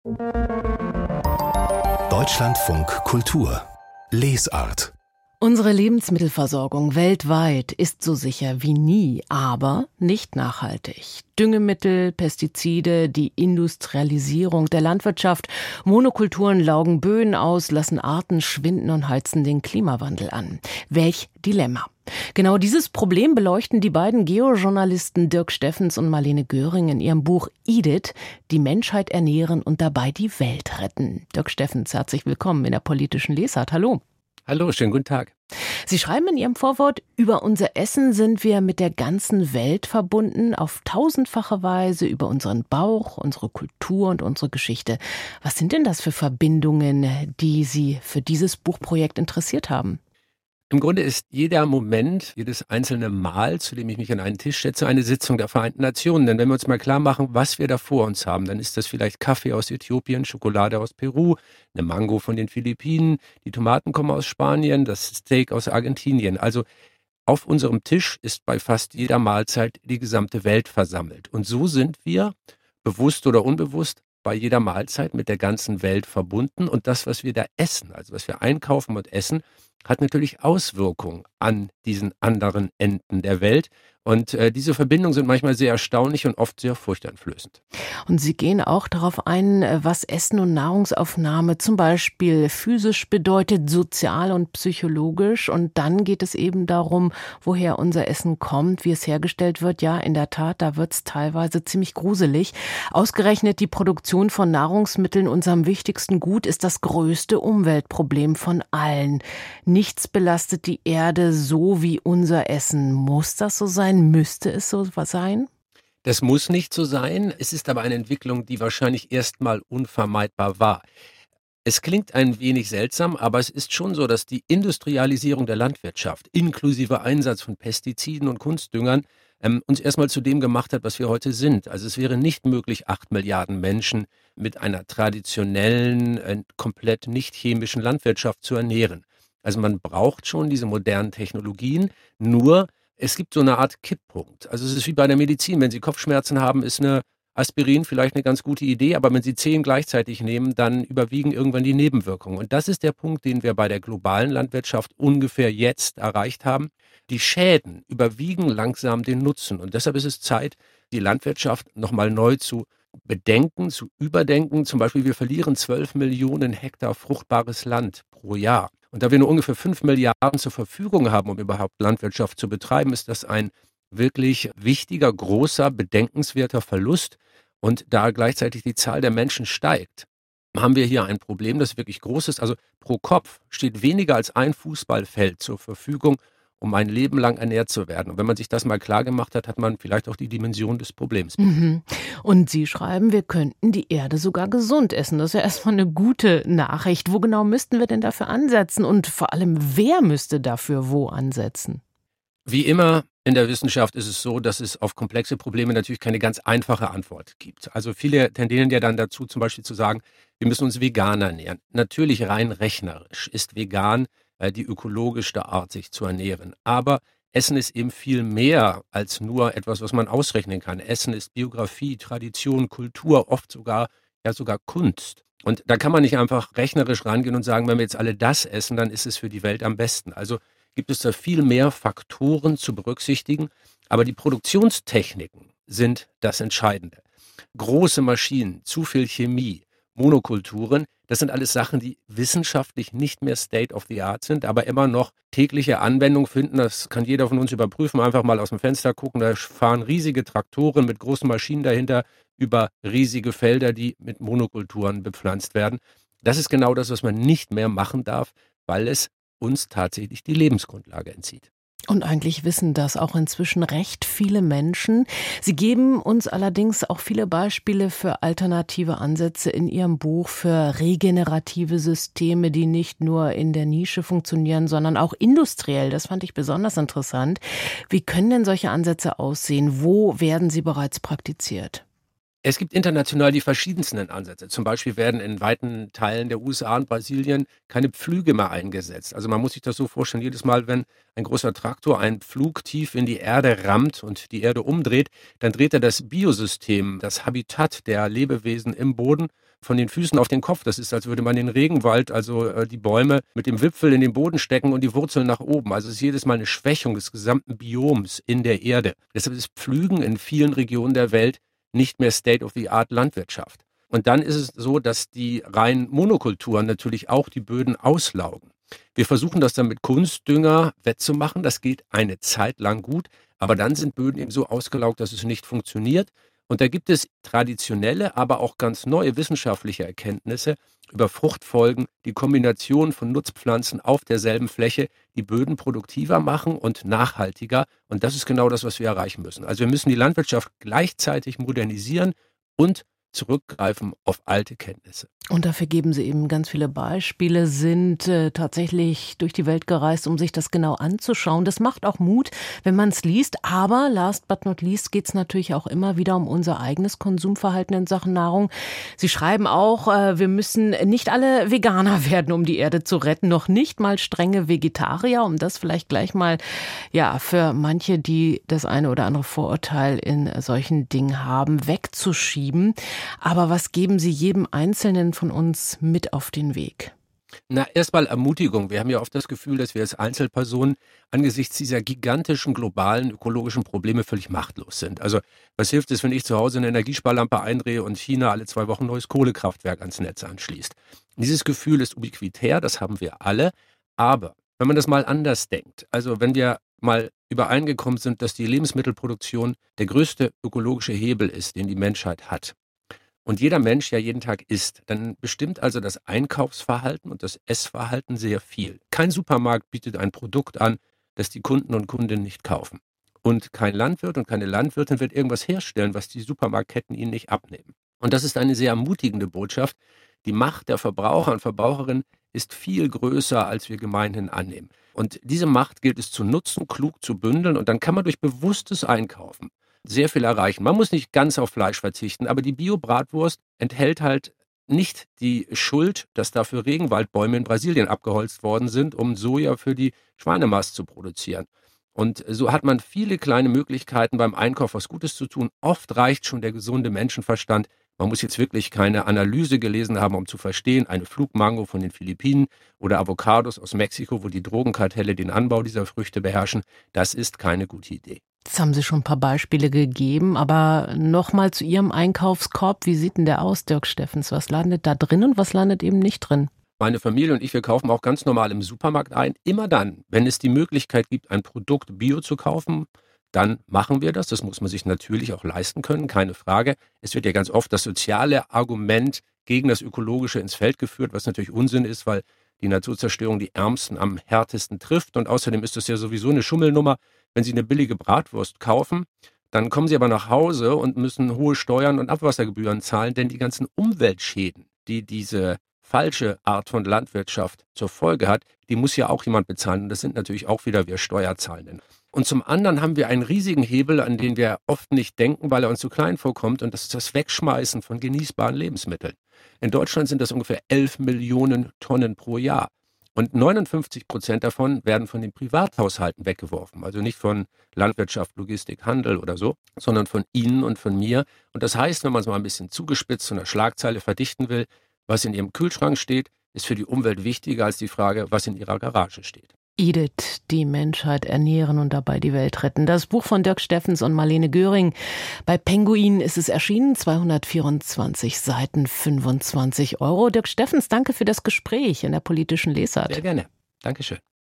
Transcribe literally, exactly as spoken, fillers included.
Deutschlandfunk Kultur Lesart. Unsere Lebensmittelversorgung weltweit ist so sicher wie nie, aber nicht nachhaltig. Düngemittel, Pestizide, die Industrialisierung der Landwirtschaft, Monokulturen laugen Böen aus, lassen Arten schwinden und heizen den Klimawandel an. Welch Dilemma. Genau dieses Problem beleuchten die beiden Geojournalisten Dirk Steffens und Marlene Göring in ihrem Buch Eat It, die Menschheit ernähren und dabei die Welt retten. Dirk Steffens, herzlich willkommen in der politischen Lesart. Hallo. Hallo, schönen guten Tag. Sie schreiben in Ihrem Vorwort, über unser Essen sind wir mit der ganzen Welt verbunden, auf tausendfache Weise über unseren Bauch, unsere Kultur und unsere Geschichte. Was sind denn das für Verbindungen, die Sie für dieses Buchprojekt interessiert haben? Im Grunde ist jeder Moment, jedes einzelne Mal, zu dem ich mich an einen Tisch setze, eine Sitzung der Vereinten Nationen. Denn wenn wir uns mal klar machen, was wir da vor uns haben, dann ist das vielleicht Kaffee aus Äthiopien, Schokolade aus Peru, eine Mango von den Philippinen, die Tomaten kommen aus Spanien, das Steak aus Argentinien. Also auf unserem Tisch ist bei fast jeder Mahlzeit die gesamte Welt versammelt. Und so sind wir, bewusst oder unbewusst, bei jeder Mahlzeit mit der ganzen Welt verbunden. Und das, was wir da essen, also was wir einkaufen und essen, hat natürlich Auswirkungen an diesen anderen Enden der Welt. Und äh, diese Verbindungen sind manchmal sehr erstaunlich und oft sehr furchteinflößend. Und Sie gehen auch darauf ein, was Essen und Nahrungsaufnahme zum Beispiel physisch bedeutet, sozial und psychologisch. Und dann geht es eben darum, woher unser Essen kommt, wie es hergestellt wird. Ja, in der Tat, da wird es teilweise ziemlich gruselig. Ausgerechnet die Produktion von Nahrungsmitteln, unserem wichtigsten Gut, ist das größte Umweltproblem von allen. Nichts belastet die Erde so wie unser Essen. Muss das so sein? Müsste es so sein? Das muss nicht so sein. Es ist aber eine Entwicklung, die wahrscheinlich erstmal unvermeidbar war. Es klingt ein wenig seltsam, aber es ist schon so, dass die Industrialisierung der Landwirtschaft inklusive Einsatz von Pestiziden und Kunstdüngern ähm, uns erstmal zu dem gemacht hat, was wir heute sind. Also es wäre nicht möglich, acht Milliarden Menschen mit einer traditionellen, äh, komplett nicht chemischen Landwirtschaft zu ernähren. Also man braucht schon diese modernen Technologien, nur es gibt so eine Art Kipppunkt. Also es ist wie bei der Medizin. Wenn Sie Kopfschmerzen haben, ist eine Aspirin vielleicht eine ganz gute Idee, aber wenn Sie zehn gleichzeitig nehmen, dann überwiegen irgendwann die Nebenwirkungen. Und das ist der Punkt, den wir bei der globalen Landwirtschaft ungefähr jetzt erreicht haben. Die Schäden überwiegen langsam den Nutzen. Und deshalb ist es Zeit, die Landwirtschaft nochmal neu zu bedenken, zu überdenken. Zum Beispiel, wir verlieren zwölf Millionen Hektar fruchtbares Land pro Jahr. Und da wir nur ungefähr fünf Milliarden zur Verfügung haben, um überhaupt Landwirtschaft zu betreiben, ist das ein wirklich wichtiger, großer, bedenkenswerter Verlust. Und da gleichzeitig die Zahl der Menschen steigt, haben wir hier ein Problem, das wirklich groß ist. Also pro Kopf steht weniger als ein Fußballfeld zur Verfügung, um ein Leben lang ernährt zu werden. Und wenn man sich das mal klar gemacht hat, hat man vielleicht auch die Dimension des Problems. Mhm. Und Sie schreiben, wir könnten die Erde sogar gesund essen. Das ist ja erstmal eine gute Nachricht. Wo genau müssten wir denn dafür ansetzen? Und vor allem, wer müsste dafür wo ansetzen? Wie immer in der Wissenschaft ist es so, dass es auf komplexe Probleme natürlich keine ganz einfache Antwort gibt. Also viele tendieren ja dann dazu, zum Beispiel zu sagen, wir müssen uns vegan ernähren. Natürlich rein rechnerisch ist vegan die ökologischste Art, sich zu ernähren. Aber Essen ist eben viel mehr als nur etwas, was man ausrechnen kann. Essen ist Biografie, Tradition, Kultur, oft sogar, ja sogar Kunst. Und da kann man nicht einfach rechnerisch rangehen und sagen, wenn wir jetzt alle das essen, dann ist es für die Welt am besten. Also gibt es da viel mehr Faktoren zu berücksichtigen. Aber die Produktionstechniken sind das Entscheidende. Große Maschinen, zu viel Chemie, Monokulturen, das sind alles Sachen, die wissenschaftlich nicht mehr State of the Art sind, aber immer noch tägliche Anwendung finden. Das kann jeder von uns überprüfen, einfach mal aus dem Fenster gucken. Da fahren riesige Traktoren mit großen Maschinen dahinter über riesige Felder, die mit Monokulturen bepflanzt werden. Das ist genau das, was man nicht mehr machen darf, weil es uns tatsächlich die Lebensgrundlage entzieht. Und eigentlich wissen das auch inzwischen recht viele Menschen. Sie geben uns allerdings auch viele Beispiele für alternative Ansätze in Ihrem Buch, für regenerative Systeme, die nicht nur in der Nische funktionieren, sondern auch industriell. Das fand ich besonders interessant. Wie können denn solche Ansätze aussehen? Wo werden sie bereits praktiziert? Es gibt international die verschiedensten Ansätze. Zum Beispiel werden in weiten Teilen der U S A und Brasilien keine Pflüge mehr eingesetzt. Also man muss sich das so vorstellen, jedes Mal, wenn ein großer Traktor einen Pflug tief in die Erde rammt und die Erde umdreht, dann dreht er das Biosystem, das Habitat der Lebewesen im Boden von den Füßen auf den Kopf. Das ist, als würde man den Regenwald, also äh, die Bäume, mit dem Wipfel in den Boden stecken und die Wurzeln nach oben. Also es ist jedes Mal eine Schwächung des gesamten Bioms in der Erde. Deshalb ist Pflügen in vielen Regionen der Welt nicht mehr State-of-the-Art Landwirtschaft. Und dann ist es so, dass die reinen Monokulturen natürlich auch die Böden auslaugen. Wir versuchen das dann mit Kunstdünger wettzumachen. Das geht eine Zeit lang gut, aber dann sind Böden eben so ausgelaugt, dass es nicht funktioniert. Und da gibt es traditionelle, aber auch ganz neue wissenschaftliche Erkenntnisse über Fruchtfolgen, die Kombination von Nutzpflanzen auf derselben Fläche, die Böden produktiver machen und nachhaltiger. Und das ist genau das, was wir erreichen müssen. Also wir müssen die Landwirtschaft gleichzeitig modernisieren und zurückgreifen auf alte Kenntnisse. Und dafür geben Sie eben ganz viele Beispiele, sind äh, tatsächlich durch die Welt gereist, um sich das genau anzuschauen. Das macht auch Mut, wenn man es liest. Aber last but not least geht es natürlich auch immer wieder um unser eigenes Konsumverhalten in Sachen Nahrung. Sie schreiben auch, äh, wir müssen nicht alle Veganer werden, um die Erde zu retten. Noch nicht mal strenge Vegetarier, um das vielleicht gleich mal ja für manche, die das eine oder andere Vorurteil in solchen Dingen haben, wegzuschieben. Aber was geben Sie jedem Einzelnen von uns mit auf den Weg? Na, erstmal Ermutigung. Wir haben ja oft das Gefühl, dass wir als Einzelpersonen angesichts dieser gigantischen globalen ökologischen Probleme völlig machtlos sind. Also was hilft es, wenn ich zu Hause eine Energiesparlampe eindrehe und China alle zwei Wochen ein neues Kohlekraftwerk ans Netz anschließt? Dieses Gefühl ist ubiquitär, das haben wir alle. Aber wenn man das mal anders denkt, also wenn wir mal übereingekommen sind, dass die Lebensmittelproduktion der größte ökologische Hebel ist, den die Menschheit hat, und jeder Mensch ja jeden Tag isst, dann bestimmt also das Einkaufsverhalten und das Essverhalten sehr viel. Kein Supermarkt bietet ein Produkt an, das die Kunden und Kundinnen nicht kaufen. Und kein Landwirt und keine Landwirtin wird irgendwas herstellen, was die Supermarktketten ihnen nicht abnehmen. Und das ist eine sehr ermutigende Botschaft. Die Macht der Verbraucher und Verbraucherinnen ist viel größer, als wir gemeinhin annehmen. Und diese Macht gilt es zu nutzen, klug zu bündeln, und dann kann man durch bewusstes Einkaufen sehr viel erreichen. Man muss nicht ganz auf Fleisch verzichten, aber die Bio-Bratwurst enthält halt nicht die Schuld, dass dafür Regenwaldbäume in Brasilien abgeholzt worden sind, um Soja für die Schweinemast zu produzieren. Und so hat man viele kleine Möglichkeiten, beim Einkauf was Gutes zu tun. Oft reicht schon der gesunde Menschenverstand. Man muss jetzt wirklich keine Analyse gelesen haben, um zu verstehen, eine Flugmango von den Philippinen oder Avocados aus Mexiko, wo die Drogenkartelle den Anbau dieser Früchte beherrschen, das ist keine gute Idee. Jetzt haben Sie schon ein paar Beispiele gegeben, aber nochmal zu Ihrem Einkaufskorb. Wie sieht denn der aus, Dirk Steffens? Was landet da drin und was landet eben nicht drin? Meine Familie und ich, wir kaufen auch ganz normal im Supermarkt ein. Immer dann, wenn es die Möglichkeit gibt, ein Produkt Bio zu kaufen, dann machen wir das. Das muss man sich natürlich auch leisten können, keine Frage. Es wird ja ganz oft das soziale Argument gegen das Ökologische ins Feld geführt, was natürlich Unsinn ist, weil die Naturzerstörung die Ärmsten am härtesten trifft. Und außerdem ist das ja sowieso eine Schummelnummer. Wenn Sie eine billige Bratwurst kaufen, dann kommen Sie aber nach Hause und müssen hohe Steuern und Abwassergebühren zahlen, denn die ganzen Umweltschäden, die diese falsche Art von Landwirtschaft zur Folge hat, die muss ja auch jemand bezahlen. Und das sind natürlich auch wieder wir Steuerzahlenden. Und zum anderen haben wir einen riesigen Hebel, an den wir oft nicht denken, weil er uns zu klein vorkommt. Und das ist das Wegschmeißen von genießbaren Lebensmitteln. In Deutschland sind das ungefähr elf Millionen Tonnen pro Jahr. Und neunundfünfzig Prozent davon werden von den Privathaushalten weggeworfen. Also nicht von Landwirtschaft, Logistik, Handel oder so, sondern von Ihnen und von mir. Und das heißt, wenn man es mal ein bisschen zugespitzt zu einer Schlagzeile verdichten will, was in Ihrem Kühlschrank steht, ist für die Umwelt wichtiger als die Frage, was in Ihrer Garage steht. Edith, die Menschheit ernähren und dabei die Welt retten. Das Buch von Dirk Steffens und Marlene Göring. Bei Penguin ist es erschienen, zweihundertvierundzwanzig Seiten, fünfundzwanzig Euro. Dirk Steffens, danke für das Gespräch in der politischen Lesart. Sehr gerne. Dankeschön.